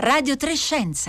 Radio 3 Scienza.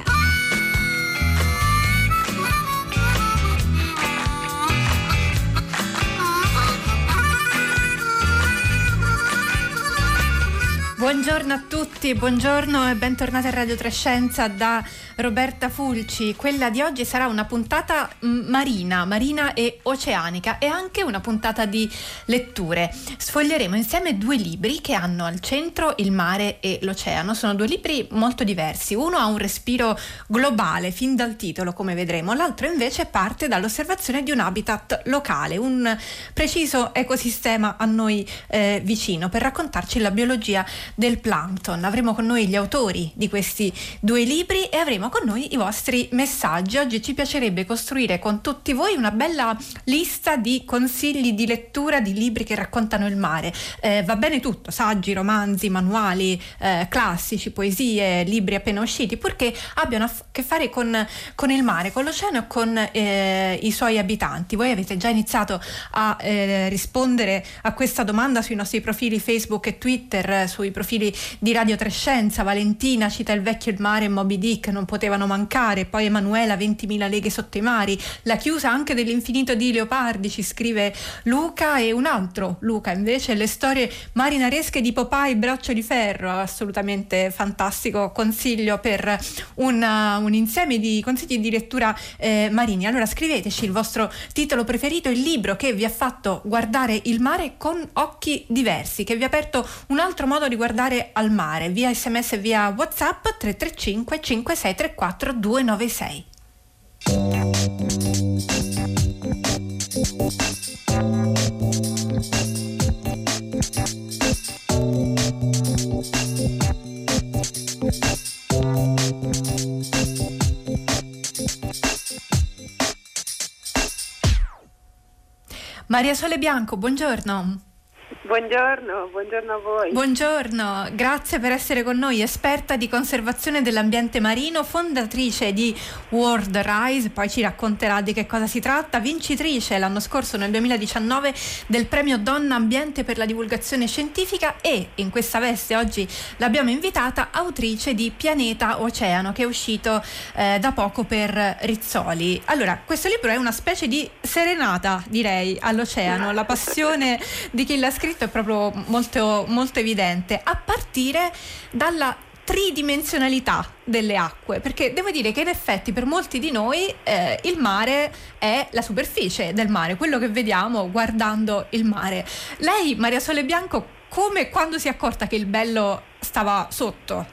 Buongiorno a tutti, buongiorno e bentornati a Radio 3 Scienza da Roberta Fulci. Quella di oggi sarà una puntata marina e oceanica e anche una puntata di letture. Sfoglieremo insieme due libri che hanno al centro il mare e l'oceano. Sono due libri molto diversi. Uno ha un respiro globale, fin dal titolo, come vedremo. L'altro invece parte dall'osservazione di un habitat locale, un preciso ecosistema a noi vicino, per raccontarci la biologia del plankton. Avremo con noi gli autori di questi due libri e avremo con noi i vostri messaggi. Oggi ci piacerebbe costruire con tutti voi una bella lista di consigli di lettura di libri che raccontano il mare. Va bene tutto, saggi, romanzi, manuali, classici, poesie, libri appena usciti, purché abbiano a che fare con il mare, con l'oceano e con i suoi abitanti. Voi avete già iniziato a rispondere a questa domanda sui nostri profili Facebook e Twitter, sui profili di Radio 3 Scienza. Valentina cita Il vecchio, il mare e Moby Dick, non potevano mancare. Poi Emanuela, 20.000 leghe sotto i mari, la chiusa anche dell'infinito di Leopardi, ci scrive Luca. E un altro Luca invece, Le storie marinaresche di Popeye, Braccio di ferro, assolutamente fantastico consiglio per un insieme di consigli di lettura marini. Allora scriveteci il vostro titolo preferito, il libro che vi ha fatto guardare il mare con occhi diversi, che vi ha aperto un altro modo di guardare al mare, via SMS e via WhatsApp 335 5634 296. Maria Sole Bianco, buongiorno. Buongiorno a voi. Buongiorno, grazie per essere con noi, esperta di conservazione dell'ambiente marino, fondatrice di World Rise, poi ci racconterà di che cosa si tratta, vincitrice l'anno scorso nel 2019 del premio Donna Ambiente per la divulgazione scientifica e in questa veste oggi l'abbiamo invitata, autrice di Pianeta Oceano, che è uscito da poco per Rizzoli. Allora, questo libro è una specie di serenata, direi, all'oceano. La passione di chi l'ha scritto è proprio molto, molto evidente, a partire dalla tridimensionalità delle acque, perché devo dire che in effetti per molti di noi il mare è la superficie del mare, quello che vediamo guardando il mare. Lei, Maria Sole Bianco, come e quando si è accorta che il bello stava sotto?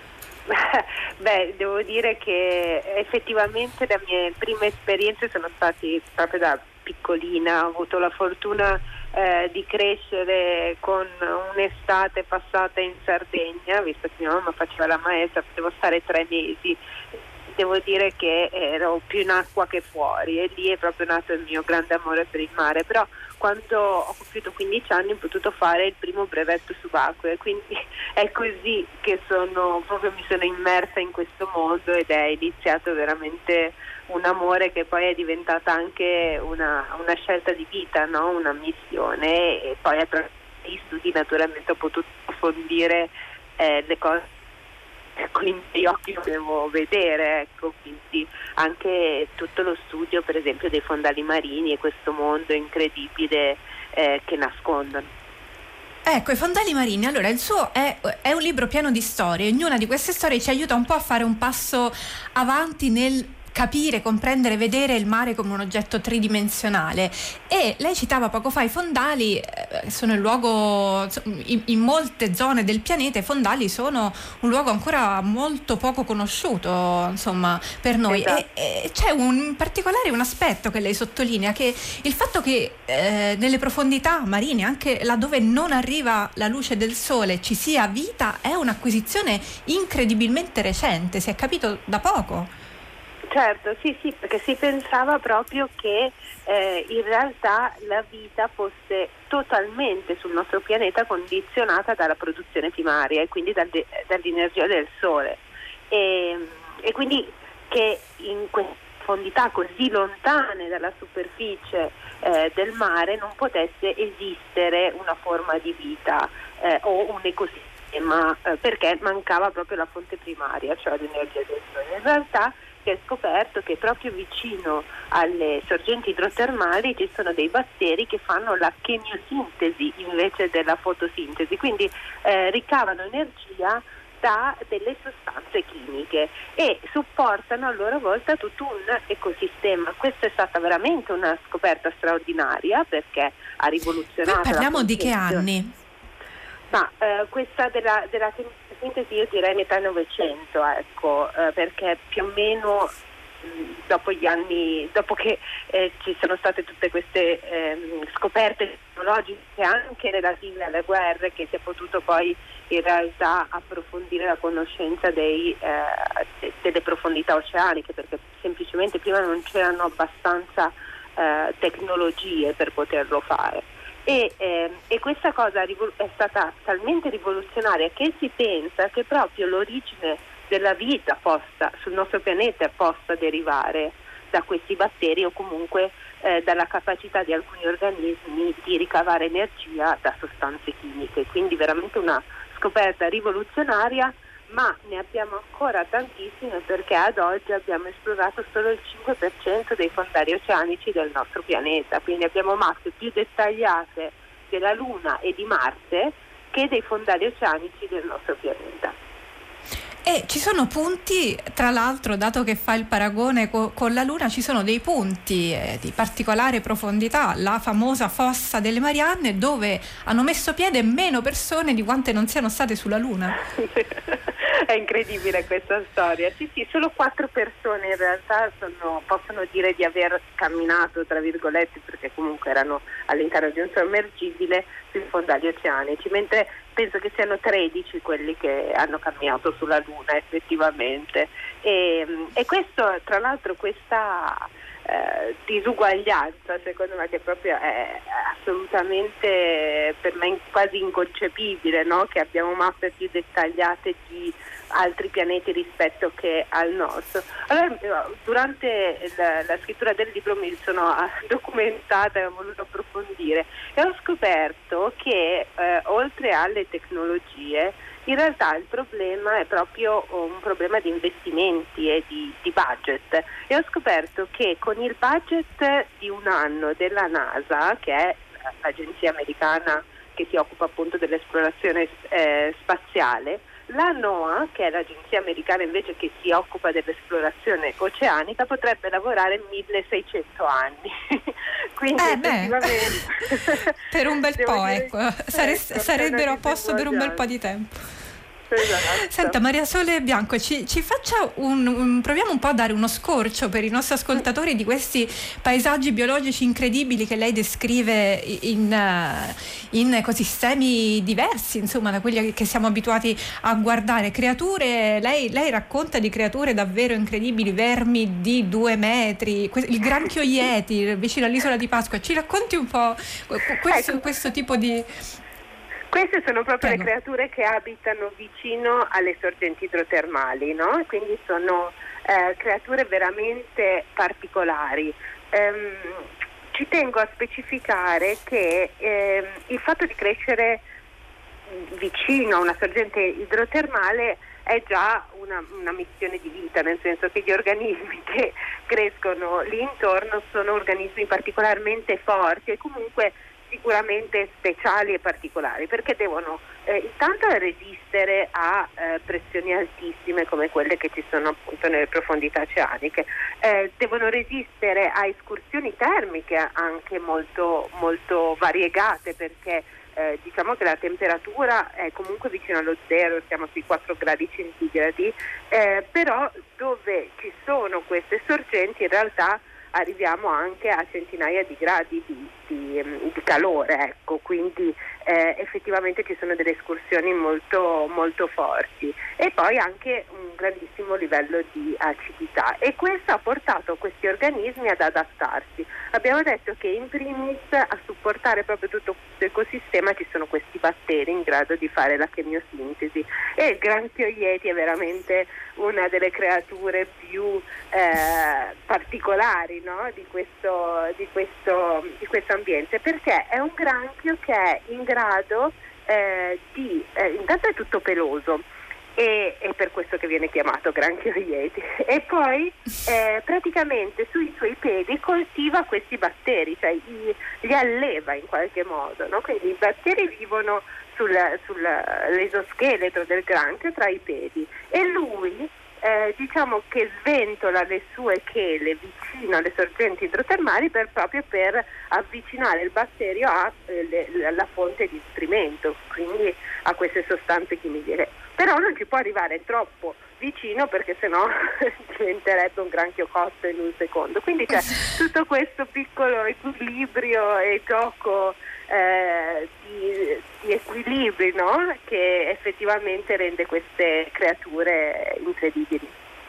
Beh, devo dire che effettivamente le mie prime esperienze sono state proprio da piccolina. Ho avuto la fortuna di crescere con un'estate passata in Sardegna, visto che mia mamma faceva la maestra, potevo stare 3 mesi. Devo dire che ero più in acqua che fuori e lì è proprio nato il mio grande amore per il mare. Però quando ho compiuto 15 anni ho potuto fare il primo brevetto subacqueo e quindi è così che mi sono immersa in questo mondo ed è iniziato veramente un amore che poi è diventata anche una scelta di vita, no? Una missione, e poi attraverso gli studi naturalmente ho potuto approfondire le cose con i miei occhi che devo vedere, ecco. Quindi anche tutto lo studio, per esempio, dei fondali marini e questo mondo incredibile che nascondono. Ecco, i fondali marini. Allora, il suo è un libro pieno di storie. Ognuna di queste storie ci aiuta un po' a fare un passo avanti nel capire, comprendere, vedere il mare come un oggetto tridimensionale. E lei citava poco fa i fondali, sono il luogo, in molte zone del pianeta i fondali sono un luogo ancora molto poco conosciuto, insomma, per noi. Esatto. E c'è in particolare un aspetto che lei sottolinea, che il fatto che nelle profondità marine, anche laddove non arriva la luce del sole, ci sia vita, è un'acquisizione incredibilmente recente, si è capito da poco. Certo, sì, perché si pensava proprio che in realtà la vita fosse totalmente sul nostro pianeta condizionata dalla produzione primaria e quindi dall'energia del sole. E quindi che in queste profondità così lontane dalla superficie del mare non potesse esistere una forma di vita o un ecosistema perché mancava proprio la fonte primaria, cioè l'energia del sole. In realtà si è scoperto che proprio vicino alle sorgenti idrotermali ci sono dei batteri che fanno la chemiosintesi invece della fotosintesi, quindi ricavano energia da delle sostanze chimiche e supportano a loro volta tutto un ecosistema. Questa è stata veramente una scoperta straordinaria perché ha rivoluzionato. Qui parliamo di che anni? Ma questa della sintesi io direi metà Novecento, ecco, perché più o meno dopo che ci sono state tutte queste scoperte tecnologiche anche relative alle guerre, che si è potuto poi in realtà approfondire la conoscenza delle profondità oceaniche, perché semplicemente prima non c'erano abbastanza tecnologie per poterlo fare. E questa cosa è stata talmente rivoluzionaria che si pensa che proprio l'origine della vita posta sul nostro pianeta possa derivare da questi batteri o comunque dalla capacità di alcuni organismi di ricavare energia da sostanze chimiche. Quindi veramente una scoperta rivoluzionaria, ma ne abbiamo ancora tantissime perché ad oggi abbiamo esplorato solo il 5% dei fondali oceanici del nostro pianeta, quindi abbiamo mappe più dettagliate della Luna e di Marte che dei fondali oceanici del nostro pianeta. E ci sono punti, tra l'altro, dato che fa il paragone con la Luna, ci sono dei punti di particolare profondità, la famosa fossa delle Marianne, dove hanno messo piede meno persone di quante non siano state sulla Luna. È incredibile questa storia. Sì, solo 4 persone in realtà possono dire di aver camminato, tra virgolette, perché comunque erano all'interno di un sommergibile sui fondali oceanici, mentre penso che siano 13 quelli che hanno camminato sulla Luna effettivamente. E questo, tra l'altro, questa disuguaglianza, secondo me, che proprio è assolutamente per me quasi inconcepibile, no? Che abbiamo mappe più dettagliate di altri pianeti rispetto che al nostro. Allora, durante la scrittura del libro mi sono documentata e ho voluto approfondire e ho scoperto che oltre alle tecnologie in realtà il problema è proprio un problema di investimenti e di budget, e ho scoperto che con il budget di un anno della NASA, che è l'agenzia americana che si occupa appunto dell'esplorazione spaziale, la NOAA, che è l'agenzia americana invece che si occupa dell'esplorazione oceanica, potrebbe lavorare 1600 anni. Quindi effettivamente per un bel po', ecco, sarebbero a posto per un bel po' di tempo. Esatto. Senta, Maria Sole Bianco, ci faccia proviamo un po' a dare uno scorcio per i nostri ascoltatori di questi paesaggi biologici incredibili che lei descrive in ecosistemi diversi, insomma, da quelli che siamo abituati a guardare. Creature, lei racconta di creature davvero incredibili, vermi di 2 metri, il granchio Yeti vicino all'isola di Pasqua. Ci racconti un po' questo tipo di... Queste sono proprio le creature che abitano vicino alle sorgenti idrotermali, no? Quindi sono creature veramente particolari. Ci tengo a specificare che il fatto di crescere vicino a una sorgente idrotermale è già una missione di vita, nel senso che gli organismi che crescono lì intorno sono organismi particolarmente forti e comunque sicuramente speciali e particolari, perché devono intanto resistere a pressioni altissime come quelle che ci sono appunto nelle profondità oceaniche, devono resistere a escursioni termiche anche molto, molto variegate, perché diciamo che la temperatura è comunque vicino allo zero, siamo sui 4 gradi centigradi, però dove ci sono queste sorgenti in realtà arriviamo anche a centinaia di gradi di calore, ecco, quindi effettivamente ci sono delle escursioni molto, molto forti e poi anche un grandissimo livello di acidità, e questo ha portato questi organismi ad adattarsi. Abbiamo detto che in primis a supportare proprio tutto questo ecosistema ci sono questi batteri in grado di fare la chemiosintesi, e il granchio Yeti è veramente una delle creature più particolari, no? di questo ambiente, perché è un granchio che è in grado intanto è tutto peloso. E è per questo che viene chiamato granchio Rieti, e poi praticamente sui suoi piedi coltiva questi batteri, cioè li alleva in qualche modo, no? Quindi i batteri vivono sull'esoscheletro del granchio tra i piedi, e lui diciamo che sventola le sue chele vicino alle sorgenti idrotermali proprio per avvicinare il batterio alla fonte di nutrimento, quindi a queste sostanze chimiche. Però non ci può arrivare troppo vicino, perché sennò diventerebbe un granchio cotto in un secondo. Quindi c'è tutto questo piccolo equilibrio e gioco di equilibri, no? Che effettivamente rende queste creature incredibili.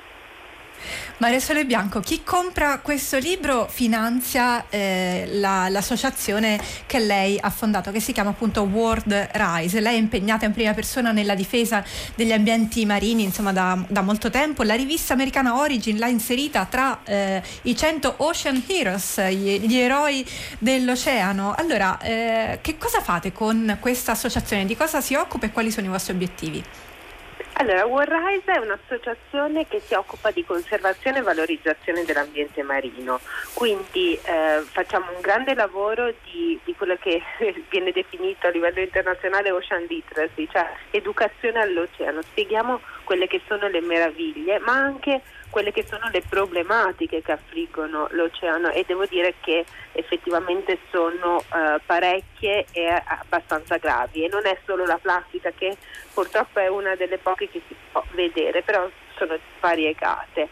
Maria Sole Bianco, chi compra questo libro finanzia l'associazione che lei ha fondato, che si chiama appunto World Rise. Lei è impegnata in prima persona nella difesa degli ambienti marini, insomma, da molto tempo. La rivista americana Origin l'ha inserita tra i 100 Ocean Heroes, gli eroi dell'oceano. Allora, che cosa fate con questa associazione? Di cosa si occupa e quali sono i vostri obiettivi? Allora, World Rise è un'associazione che si occupa di conservazione e valorizzazione dell'ambiente marino, quindi facciamo un grande lavoro di quello che viene definito a livello internazionale Ocean Literacy, cioè educazione all'oceano. Spieghiamo quelle che sono le meraviglie, ma anche quelle che sono le problematiche che affliggono l'oceano, e devo dire che effettivamente sono parecchie e abbastanza gravi, e non è solo la plastica, che purtroppo è una delle poche che si può vedere, però sono variegate,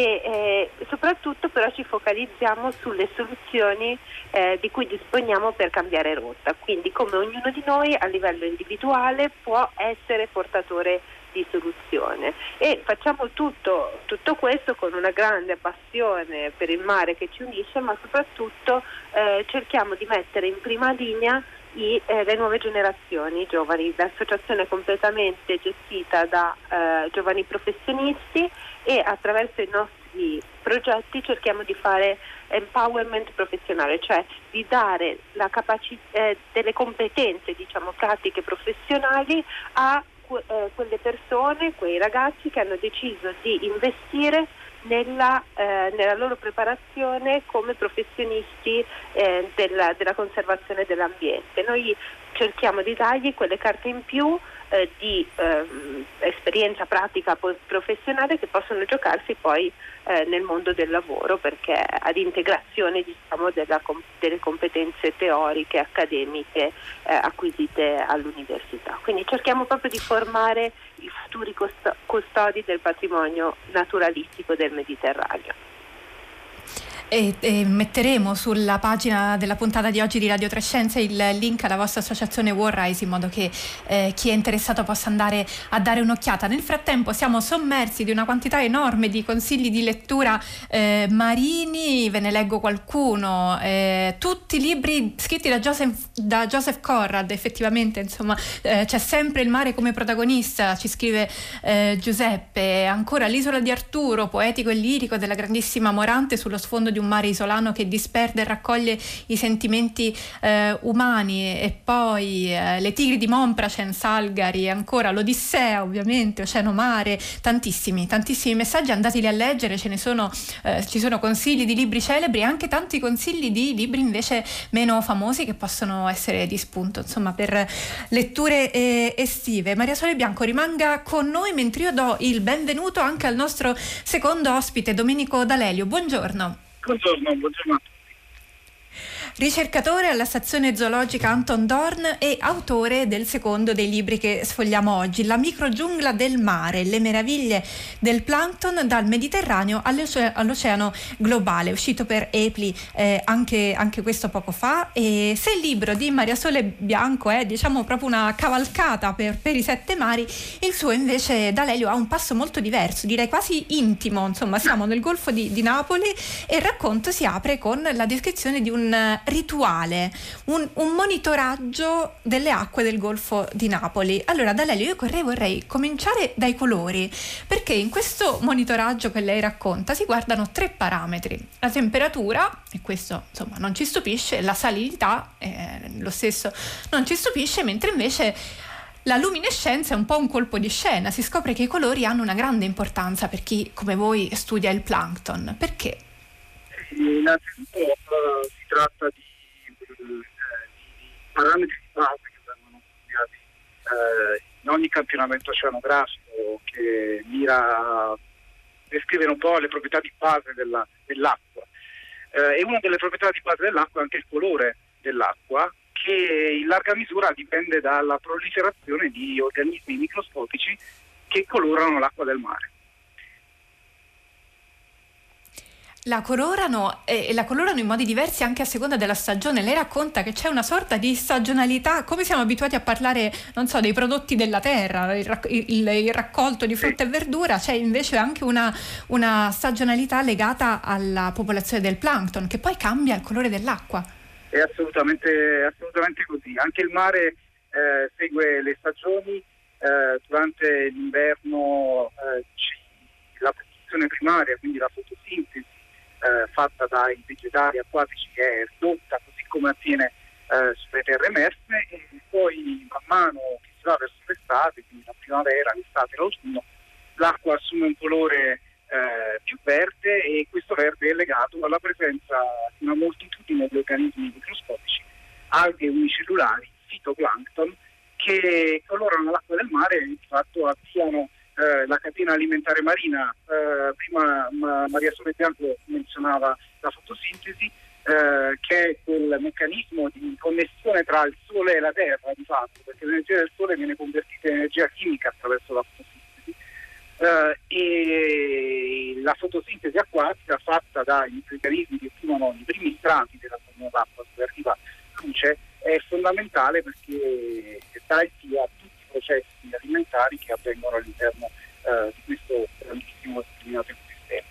e soprattutto però ci focalizziamo sulle soluzioni di cui disponiamo per cambiare rotta, quindi come ognuno di noi a livello individuale può essere portatore di soluzione, e facciamo tutto questo con una grande passione per il mare che ci unisce, ma soprattutto cerchiamo di mettere in prima linea le nuove generazioni, i giovani. L'associazione è completamente gestita da giovani professionisti, e attraverso i nostri progetti cerchiamo di fare empowerment professionale, cioè di dare la delle competenze, diciamo, pratiche professionali a quelle persone, quei ragazzi che hanno deciso di investire nella loro preparazione come professionisti della conservazione dell'ambiente. Noi cerchiamo di dargli quelle carte in più di esperienza pratica professionale che possono giocarsi poi nel mondo del lavoro, perché ad integrazione, diciamo, delle competenze teoriche, accademiche acquisite all'università. Quindi cerchiamo proprio di formare i futuri custodi del patrimonio naturalistico del Mediterraneo. E metteremo sulla pagina della puntata di oggi di Radio Trescenza il link alla vostra associazione World Rise, in modo che chi è interessato possa andare a dare un'occhiata. Nel frattempo siamo sommersi di una quantità enorme di consigli di lettura marini, ve ne leggo qualcuno, tutti libri scritti da Joseph Conrad. Effettivamente, insomma, c'è sempre il mare come protagonista, ci scrive Giuseppe. Ancora L'isola di Arturo, poetico e lirico della grandissima Morante, sullo sfondo di un mare isolano che disperde e raccoglie i sentimenti umani. E poi Le tigri di Monpracen, Salgari, ancora l'Odissea, ovviamente, Oceano Mare, tantissimi messaggi, andateli a leggere, ci sono consigli di libri celebri e anche tanti consigli di libri invece meno famosi che possono essere di spunto, insomma, per letture estive. Maria Sole Bianco rimanga con noi mentre io do il benvenuto anche al nostro secondo ospite, Domenico D'Alelio. Buongiorno. Buongiorno a tutti. Ricercatore alla stazione zoologica Anton Dorn e autore del secondo dei libri che sfogliamo oggi, La microgiungla del mare, le meraviglie del plankton dal Mediterraneo all'oceano globale, uscito per Epli anche questo poco fa. E se il libro di Maria Sole Bianco è, diciamo, proprio una cavalcata per i sette mari, il suo invece, D'Alelio, ha un passo molto diverso, direi quasi intimo. Insomma, siamo nel Golfo di Napoli e il racconto si apre con la descrizione di un rituale, un monitoraggio delle acque del Golfo di Napoli. Allora, D'Alelio, io vorrei cominciare dai colori, perché in questo monitoraggio che lei racconta si guardano 3 parametri: la temperatura, e questo insomma non ci stupisce, la salinità, lo stesso non ci stupisce, mentre invece la luminescenza è un po' un colpo di scena. Si scopre che i colori hanno una grande importanza per chi come voi studia il plankton. Perché? Innanzitutto si tratta di parametri di base che vengono studiati in ogni campionamento oceanografico, che mira a descrivere un po' le proprietà di base dell'acqua. E una delle proprietà di base dell'acqua è anche il colore dell'acqua, che in larga misura dipende dalla proliferazione di organismi microscopici che colorano l'acqua del mare. La colorano in modi diversi anche a seconda della stagione. Lei racconta che c'è una sorta di stagionalità, come siamo abituati a parlare, non so, dei prodotti della terra, il raccolto di frutta e verdura. C'è invece anche una stagionalità legata alla popolazione del plankton, che poi cambia il colore dell'acqua. È assolutamente così. Anche il mare segue le stagioni. Durante l'inverno la produzione primaria, quindi la fotosintesi fatta dai vegetali acquatici, è ridotta, così come avviene sulle terre emerse, e poi man mano che si va verso l'estate, quindi la primavera, l'estate, l'autunno, l'acqua assume un colore più verde, e questo verde è legato alla presenza di una moltitudine di organismi microscopici, alghe unicellulari, fitoplancton, che colorano l'acqua del e di fatto avviano la catena alimentare marina. Prima Maria Sole Bianco menzionava la fotosintesi, che è quel meccanismo di connessione tra il Sole e la Terra, di fatto, perché l'energia del Sole viene convertita in energia chimica attraverso la fotosintesi, e la fotosintesi acquatica, fatta dai microrganismi che vivono i primi strati della forma d'acqua dove arriva luce, è fondamentale perché dà il via a tutti i processi alimentari che avvengono all'interno di questo grandissimo e disciplinato ecosistema.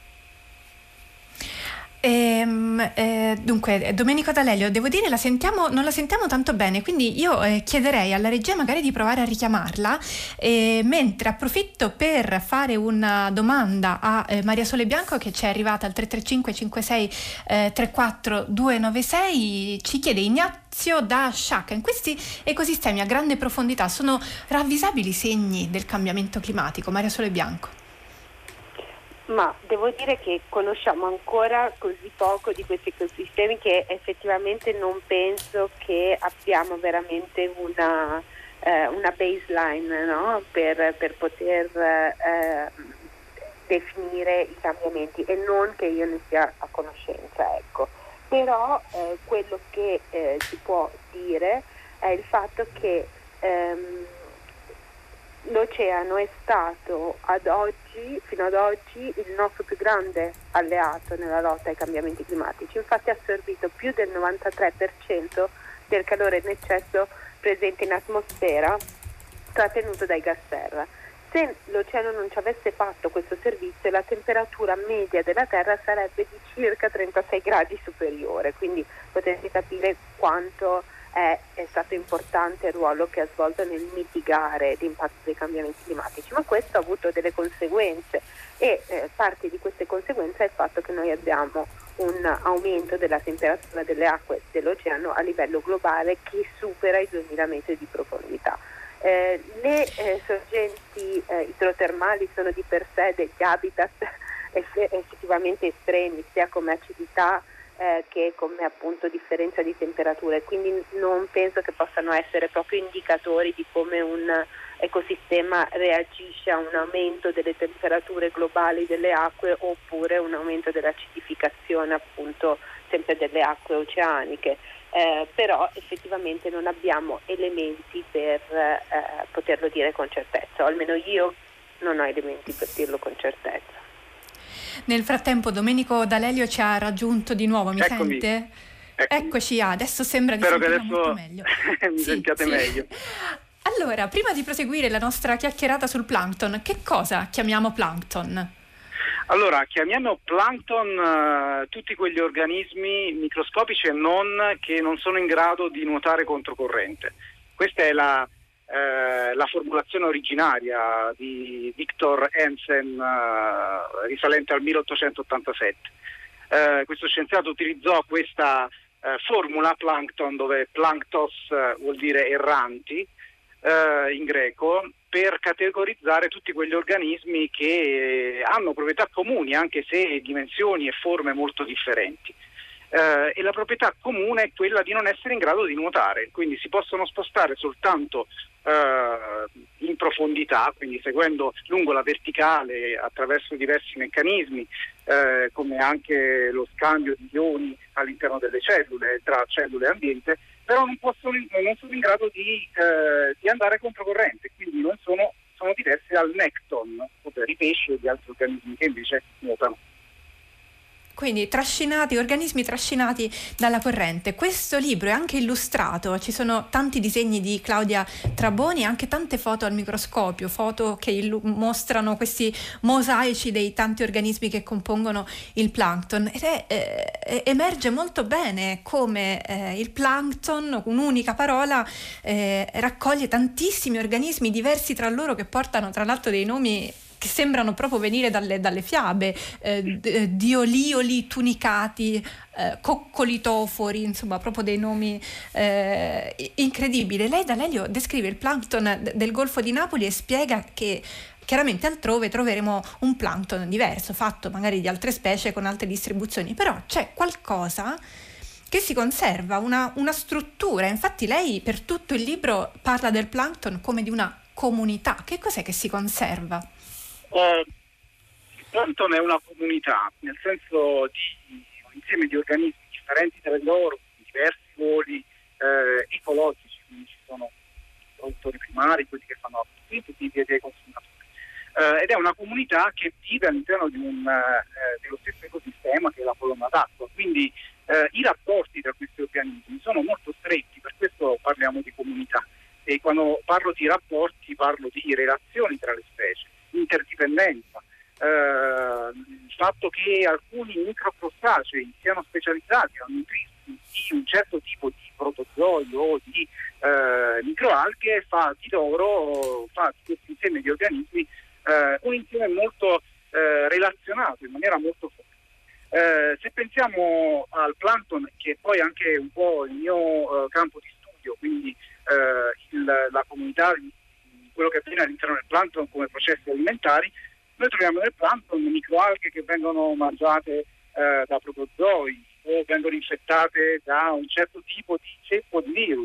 Dunque, Domenico D'Alelio, devo dire non la sentiamo tanto bene, quindi io chiederei alla regia magari di provare a richiamarla, mentre approfitto per fare una domanda a Maria Sole Bianco, che ci è arrivata al 335 56 34 296. Ci chiede Ignazio da Sciacca: in questi ecosistemi a grande profondità sono ravvisabili segni del cambiamento climatico? Maria Sole Bianco. Ma devo dire che conosciamo ancora così poco di questi ecosistemi che effettivamente non penso che abbiamo veramente una baseline, no? per poter definire i cambiamenti, e non che io ne sia a conoscenza, ecco. Però quello che si può dire è il fatto che l'oceano è stato fino ad oggi il nostro più grande alleato nella lotta ai cambiamenti climatici. Infatti ha assorbito più del 93% del calore in eccesso presente in atmosfera, trattenuto dai gas serra. Se l'oceano non ci avesse fatto questo servizio, la temperatura media della Terra sarebbe di circa 36 gradi superiore, quindi potete capire quanto è stato importante il ruolo che ha svolto nel mitigare l'impatto dei cambiamenti climatici. Ma questo ha avuto delle conseguenze, e parte di queste conseguenze è il fatto che noi abbiamo un aumento della temperatura delle acque dell'oceano a livello globale che supera i 2000 metri di profondità. Le sorgenti idrotermali sono di per sé degli habitat effettivamente estremi, sia come acidità che come appunto differenza di temperature, quindi non penso che possano essere proprio indicatori di come un ecosistema reagisce a un aumento delle temperature globali delle acque, oppure un aumento dell'acidificazione appunto sempre delle acque oceaniche. Però effettivamente non abbiamo elementi per poterlo dire con certezza, o almeno io non ho elementi per dirlo con certezza. Nel frattempo Domenico D'Alelio ci ha raggiunto di nuovo, mi Eccomi. sente? Eccomi. Eccoci, adesso sembra di Spero che sentirla adesso molto meglio. mi sentiate meglio. Allora, prima di proseguire la nostra chiacchierata sul plankton, che cosa chiamiamo plankton? Allora, chiamiamo plankton tutti quegli organismi microscopici e non che non sono in grado di nuotare controcorrente. Questa è la formulazione originaria di Victor Hansen, risalente al 1887. Questo scienziato utilizzò questa formula plankton, dove planktos vuol dire erranti in greco, per categorizzare tutti quegli organismi che hanno proprietà comuni, anche se dimensioni e forme molto differenti. E la proprietà comune è quella di non essere in grado di nuotare, quindi si possono spostare soltanto in profondità, quindi seguendo lungo la verticale attraverso diversi meccanismi, come anche lo scambio di ioni all'interno delle cellule, tra cellule e ambiente, però non sono in grado di andare controcorrente, quindi sono diversi dal nekton, ovvero i pesci e gli altri organismi che invece nuotano. Quindi organismi trascinati dalla corrente. Questo libro è anche illustrato, ci sono tanti disegni di Claudia Traboni e anche tante foto al microscopio, foto che mostrano questi mosaici dei tanti organismi che compongono il plankton, ed emerge molto bene come il plankton, un'unica parola, raccoglie tantissimi organismi diversi tra loro, che portano tra l'altro dei nomi che sembrano proprio venire dalle fiabe, diolioli tunicati, coccolitofori, insomma proprio dei nomi incredibili. Lei, D'Alelio, descrive il plankton del Golfo di Napoli e spiega che chiaramente altrove troveremo un plankton diverso, fatto magari di altre specie con altre distribuzioni, però c'è qualcosa che si conserva, una struttura. Infatti lei per tutto il libro parla del plankton come di una comunità. Che cos'è che si conserva? Il plankton è una comunità, nel senso di un insieme di organismi differenti tra di loro, diversi ruoli ecologici, quindi ci sono i produttori primari, quelli che fanno l'autosintesi e dei consumatori. Ed è una comunità che vive all'interno dello stesso ecosistema che è la colonna d'acqua, quindi i rapporti tra questi organismi sono molto stretti, per questo parliamo di comunità. E quando parlo di rapporti parlo di relazioni tra le specie, interdipendenza, il fatto che alcuni microcrostacei siano specializzati a nutrirsi di un certo tipo di protozoi o di microalghe fa di questo insieme di organismi un insieme molto relazionato in maniera molto forte. Se pensiamo al plankton, che è poi anche un po' il mio campo di studio, quindi la comunità, quello che avviene all'interno del plankton come processi alimentari, noi troviamo nel plankton microalghe che vengono mangiate da protozoi o vengono infettate da un certo tipo di ceppo di virus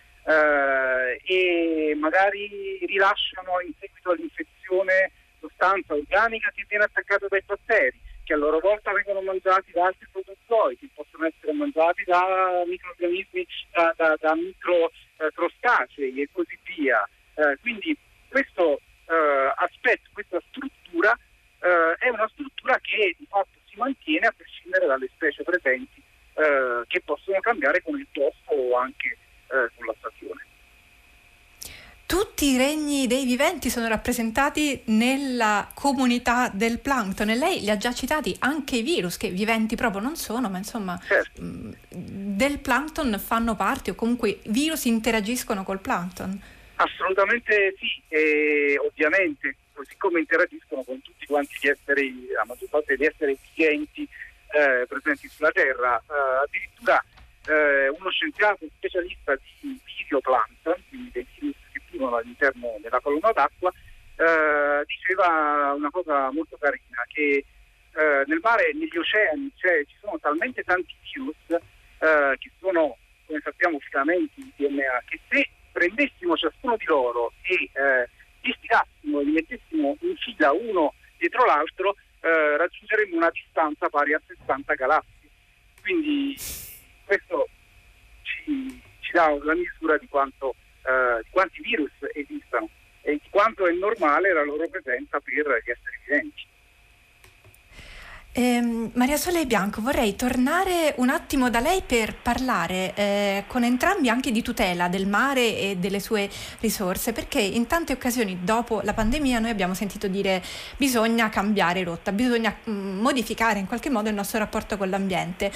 e magari rilasciano in seguito all'infezione sostanza organica che viene attaccata dai batteri, che a loro volta vengono mangiati da altri protozoi, che possono essere mangiati da microorganismi, da microcrostacei e così via. Quindi questo aspetto, questa struttura è una struttura che di fatto si mantiene a prescindere dalle specie presenti, che possono cambiare con il posto o anche con la stazione. Tutti i regni dei viventi sono rappresentati nella comunità del plankton, e lei li ha già citati, anche i virus, che viventi proprio non sono, ma insomma certo, del plankton fanno parte, o comunque virus interagiscono col plankton. Assolutamente sì, e ovviamente così come interagiscono con tutti quanti gli esseri, la maggior parte degli esseri viventi presenti sulla Terra. Addirittura uno scienziato specialista di visioplankton, quindi dei virus che vivono all'interno della colonna d'acqua, diceva una cosa molto carina, che nel mare, negli oceani, ci sono talmente tanti virus che sono, come sappiamo, filamenti di DNA, che se prendessimo ciascuno di loro e li stirassimo e li mettessimo in fila uno dietro l'altro, raggiungeremo una distanza pari a 60 galassie. Quindi questo ci dà la misura di quanti virus esistano e di quanto è normale la loro presenza per gli esseri viventi. Maria Sole Bianco, vorrei tornare un attimo da lei per parlare con entrambi anche di tutela del mare e delle sue risorse, perché in tante occasioni dopo la pandemia noi abbiamo sentito dire bisogna cambiare rotta, bisogna modificare in qualche modo il nostro rapporto con l'ambiente.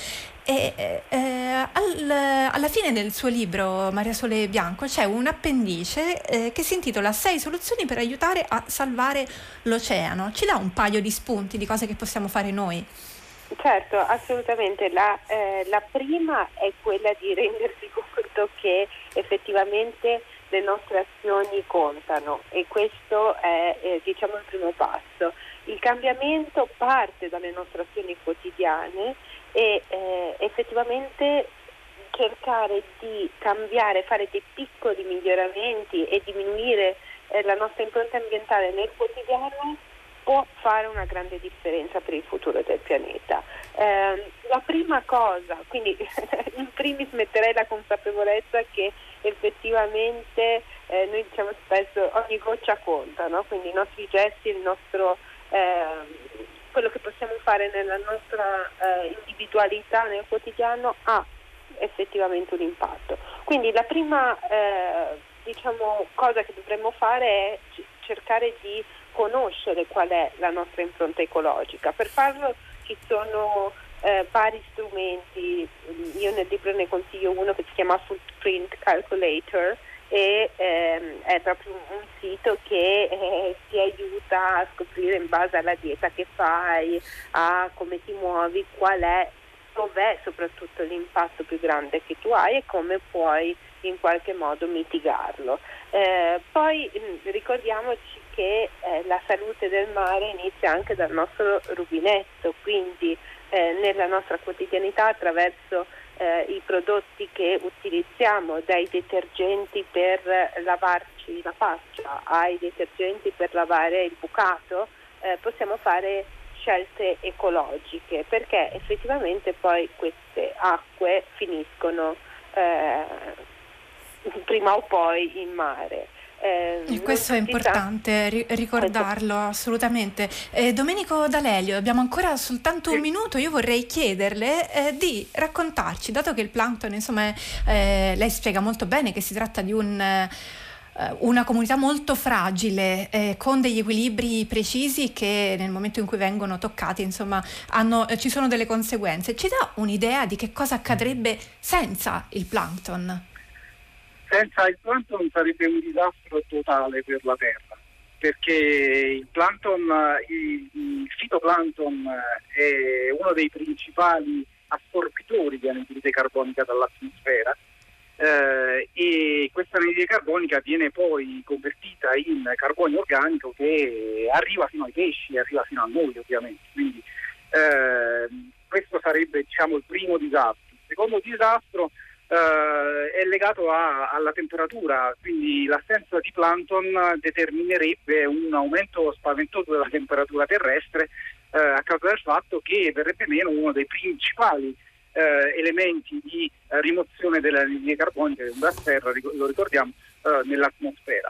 Alla fine del suo libro, Maria Sole Bianco, c'è un appendice che si intitola 6 soluzioni per aiutare a salvare l'oceano. Ci dà un paio di spunti di cose che possiamo fare noi? Certo, assolutamente. La prima è quella di rendersi conto che effettivamente le nostre azioni contano, e questo è diciamo il primo passo. Il cambiamento parte dalle nostre azioni quotidiane e effettivamente cercare di cambiare, fare dei piccoli miglioramenti e diminuire la nostra impronta ambientale nel quotidiano può fare una grande differenza per il futuro del pianeta. La prima cosa, quindi in primis metterei la consapevolezza che effettivamente noi diciamo spesso ogni goccia conta, no? Quindi i nostri gesti, il nostro quello che possiamo fare nella nostra individualità nel quotidiano ha effettivamente un impatto. Quindi la prima diciamo cosa che dovremmo fare è cercare di conoscere qual è la nostra impronta ecologica. Per farlo ci sono vari strumenti. Io nel libro ne consiglio uno che si chiama Footprint Calculator, e è proprio un sito che ti aiuta a scoprire in base alla dieta che fai, a come ti muovi, dov'è soprattutto l'impatto più grande che tu hai e come puoi in qualche modo mitigarlo. Poi ricordiamoci che la salute del mare inizia anche dal nostro rubinetto, quindi nella nostra quotidianità attraverso i prodotti che utilizziamo, dai detergenti per lavarci la faccia ai detergenti per lavare il bucato, possiamo fare scelte ecologiche, perché effettivamente poi queste acque finiscono prima o poi in mare. Questo è importante ricordarlo assolutamente. Domenico D'Alelio, abbiamo ancora soltanto un minuto. Io vorrei chiederle di raccontarci, dato che il plankton, insomma, lei spiega molto bene che si tratta di una comunità molto fragile, con degli equilibri precisi che nel momento in cui vengono toccati, insomma, ci sono delle conseguenze. Ci dà un'idea di che cosa accadrebbe senza il plankton? Senza il plankton sarebbe un disastro totale per la Terra, perché il fitoplankton è uno dei principali assorbitori di anidride carbonica dall'atmosfera, e questa anidride carbonica viene poi convertita in carbonio organico che arriva fino ai pesci, arriva fino a noi ovviamente. Quindi questo sarebbe, diciamo, il primo disastro. Il secondo disastro è legato alla temperatura, quindi l'assenza di plankton determinerebbe un aumento spaventoso della temperatura terrestre a causa del fatto che verrebbe meno uno dei principali elementi di rimozione dell'anidride carbonica che da terra, lo ricordiamo, nell'atmosfera.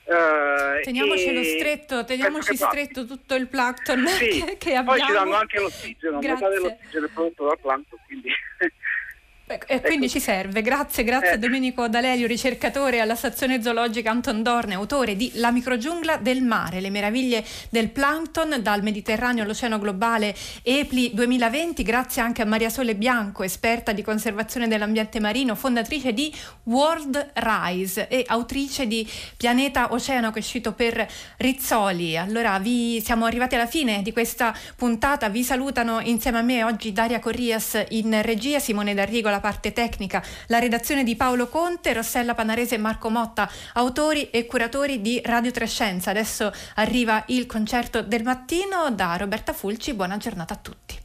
Teniamoci stretto tutto il plankton che abbiamo. Poi ci danno anche l'ossigeno, metà dell'ossigeno è prodotto dal plankton, quindi E quindi ci serve. Grazie Domenico D'Alelio, ricercatore alla stazione zoologica Anton Dorn, autore di La microgiungla del mare, le meraviglie del plankton dal Mediterraneo all'oceano globale, EPLI 2020. Grazie anche a Maria Sole Bianco, esperta di conservazione dell'ambiente marino, fondatrice di World Rise e autrice di Pianeta Oceano, che è uscito per Rizzoli. Allora siamo arrivati alla fine di questa puntata. Vi salutano insieme a me oggi Daria Corrias in regia, Simone D'Arrigo la parte tecnica, la redazione di Paolo Conte, Rossella Panarese e Marco Motta, autori e curatori di Radio Trescenza. Adesso arriva il concerto del mattino da Roberta Fulci. Buona giornata a tutti.